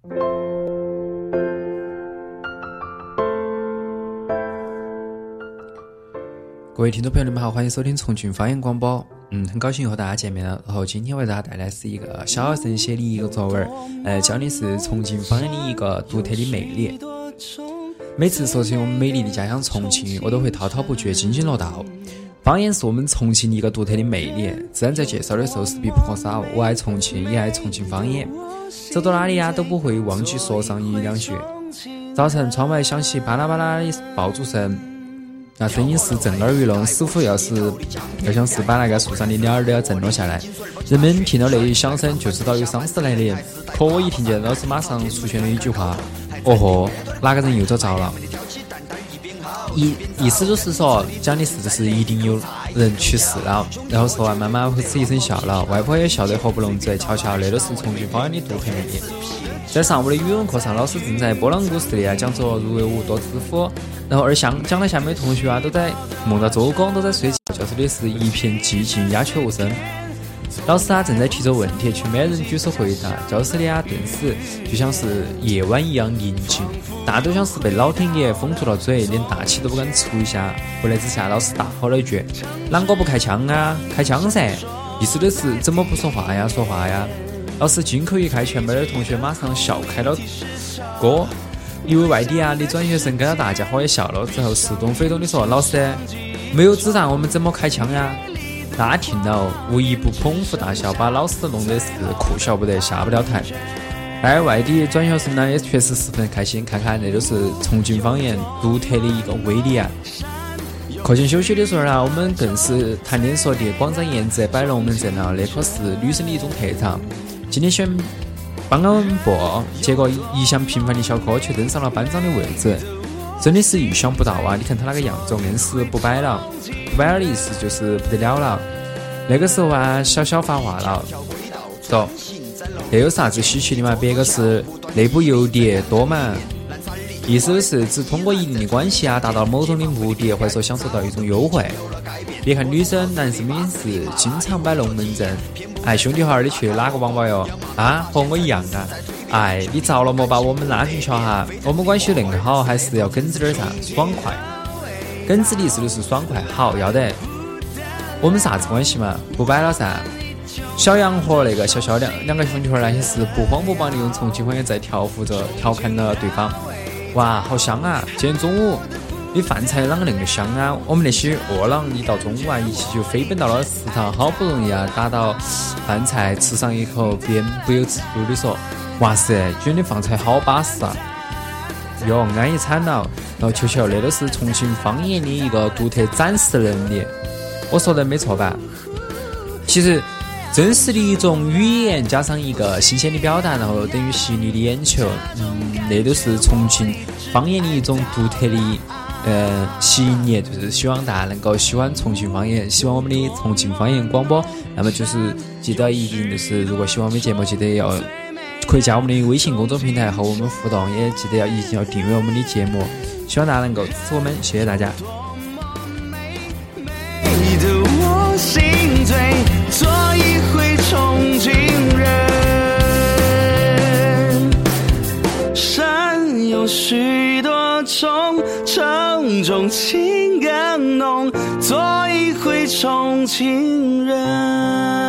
各位听众朋友，你们好，欢迎收听重庆方言广播。很高兴和大家见面了。然后今天为大家带来是一个小生写的一个作文，教的是重庆方言的一个独特的魅力。每次说起我们美丽的家乡重庆，我都会滔滔不绝、津津乐道。方言是我们重庆的一个独特的魅力，自然在介绍的时候是必不可少。我爱重庆，也爱重庆方言，走到哪里呀都不会忘记说上一两句。早晨窗外响起巴拉巴拉的爆竹声，那声音是震耳欲聋，似乎要像是把那个树上的鸟儿都要震落下来。人们听到那一响声就知道有丧事来临，可我一听见老师马上出现了一句话：哦豁，哪个人又遭着了？意思就是说，讲的是一定有人去世了。然后说完，妈妈噗嗤一声笑了，外婆也笑得合不拢嘴。瞧瞧，那都是重庆方言的独特魅力。在上午的语文课上，老师正在波浪鼓似的讲着如有多知府，然后讲台下面的同学都在梦到周公，都在睡觉，教室里是一片寂静，鸦雀无声。老师正在提着问题，却没人举手回答。教室里顿时就像是夜晚一样宁静，大家都像是被老天爷封住了嘴，连大气都不敢出一下。无奈之下，老师大吼了一句：啷个不开枪啊？开枪噻！意思的是怎么不说话呀？说话呀！老师金口一开，全班的同学马上笑开了锅。一位外地的转学生跟着大家伙也笑了，之后似懂非懂地说：老师，没有子弹我们怎么开枪呀？大家听了无一不捧腹大笑，把老师弄得是哭笑不得，下不了台。而外地转学生呢，也确实十分开心，看看那都是重庆方言独特的一个威力啊！课间休息的时候呢，我们更是谈天说地，广张颜值，摆龙门阵了，那可是女生的一种特长。今天选帮我们播，结果一向平凡的小柯却登上了班长的位置，真的是意想不到啊！你看他那个样子，硬是不摆了。不摆了的意思就是不得了了。那个时候小发话了，说这有啥子稀奇的嘛？别个是内部邮递多嘛。意思是只通过一定的关系达到某种的目的，或者说享受到一种优惠。别看女生男生也是经常摆龙门阵。兄弟伙，你去哪个网吧哟？和我一样啊。你着了没把我们拉进去哈？我们关系那么好，还是要耿直点噻，爽快。耿直的意思就是爽快，好要得。我们啥子关系嘛？不摆了噻。小杨和那个小两个兄弟伙也是不慌不忙的用重庆方言在调侃了对方。哇，好香啊！今天中午你饭菜啷个那么香啊？我们那些饿狼一到中午一起就飞奔到了食堂，好不容易打到饭菜，吃上一口，便不由自主的说：哇塞，今天的饭菜好巴适啊！哟，安逸惨了。然后球，那都是重庆方言的一个独特展示能力。我说的没错吧？其实真实的一种语言加上一个新鲜的表达，然后等于吸引你的眼球。那都是重庆方言的一种独特的吸引力，就是希望大家能够喜欢重庆方言，喜欢我们的重庆方言广播。那么就是记得一定就是如果喜欢我们节目，记得要可以加我们的微信公众平台和我们互动，也记得一定要订阅我们的节目，希望大家能够支持我们，谢谢大家。 我心醉，做一回重庆人，山有许多重，城中情更浓，做一回重庆人。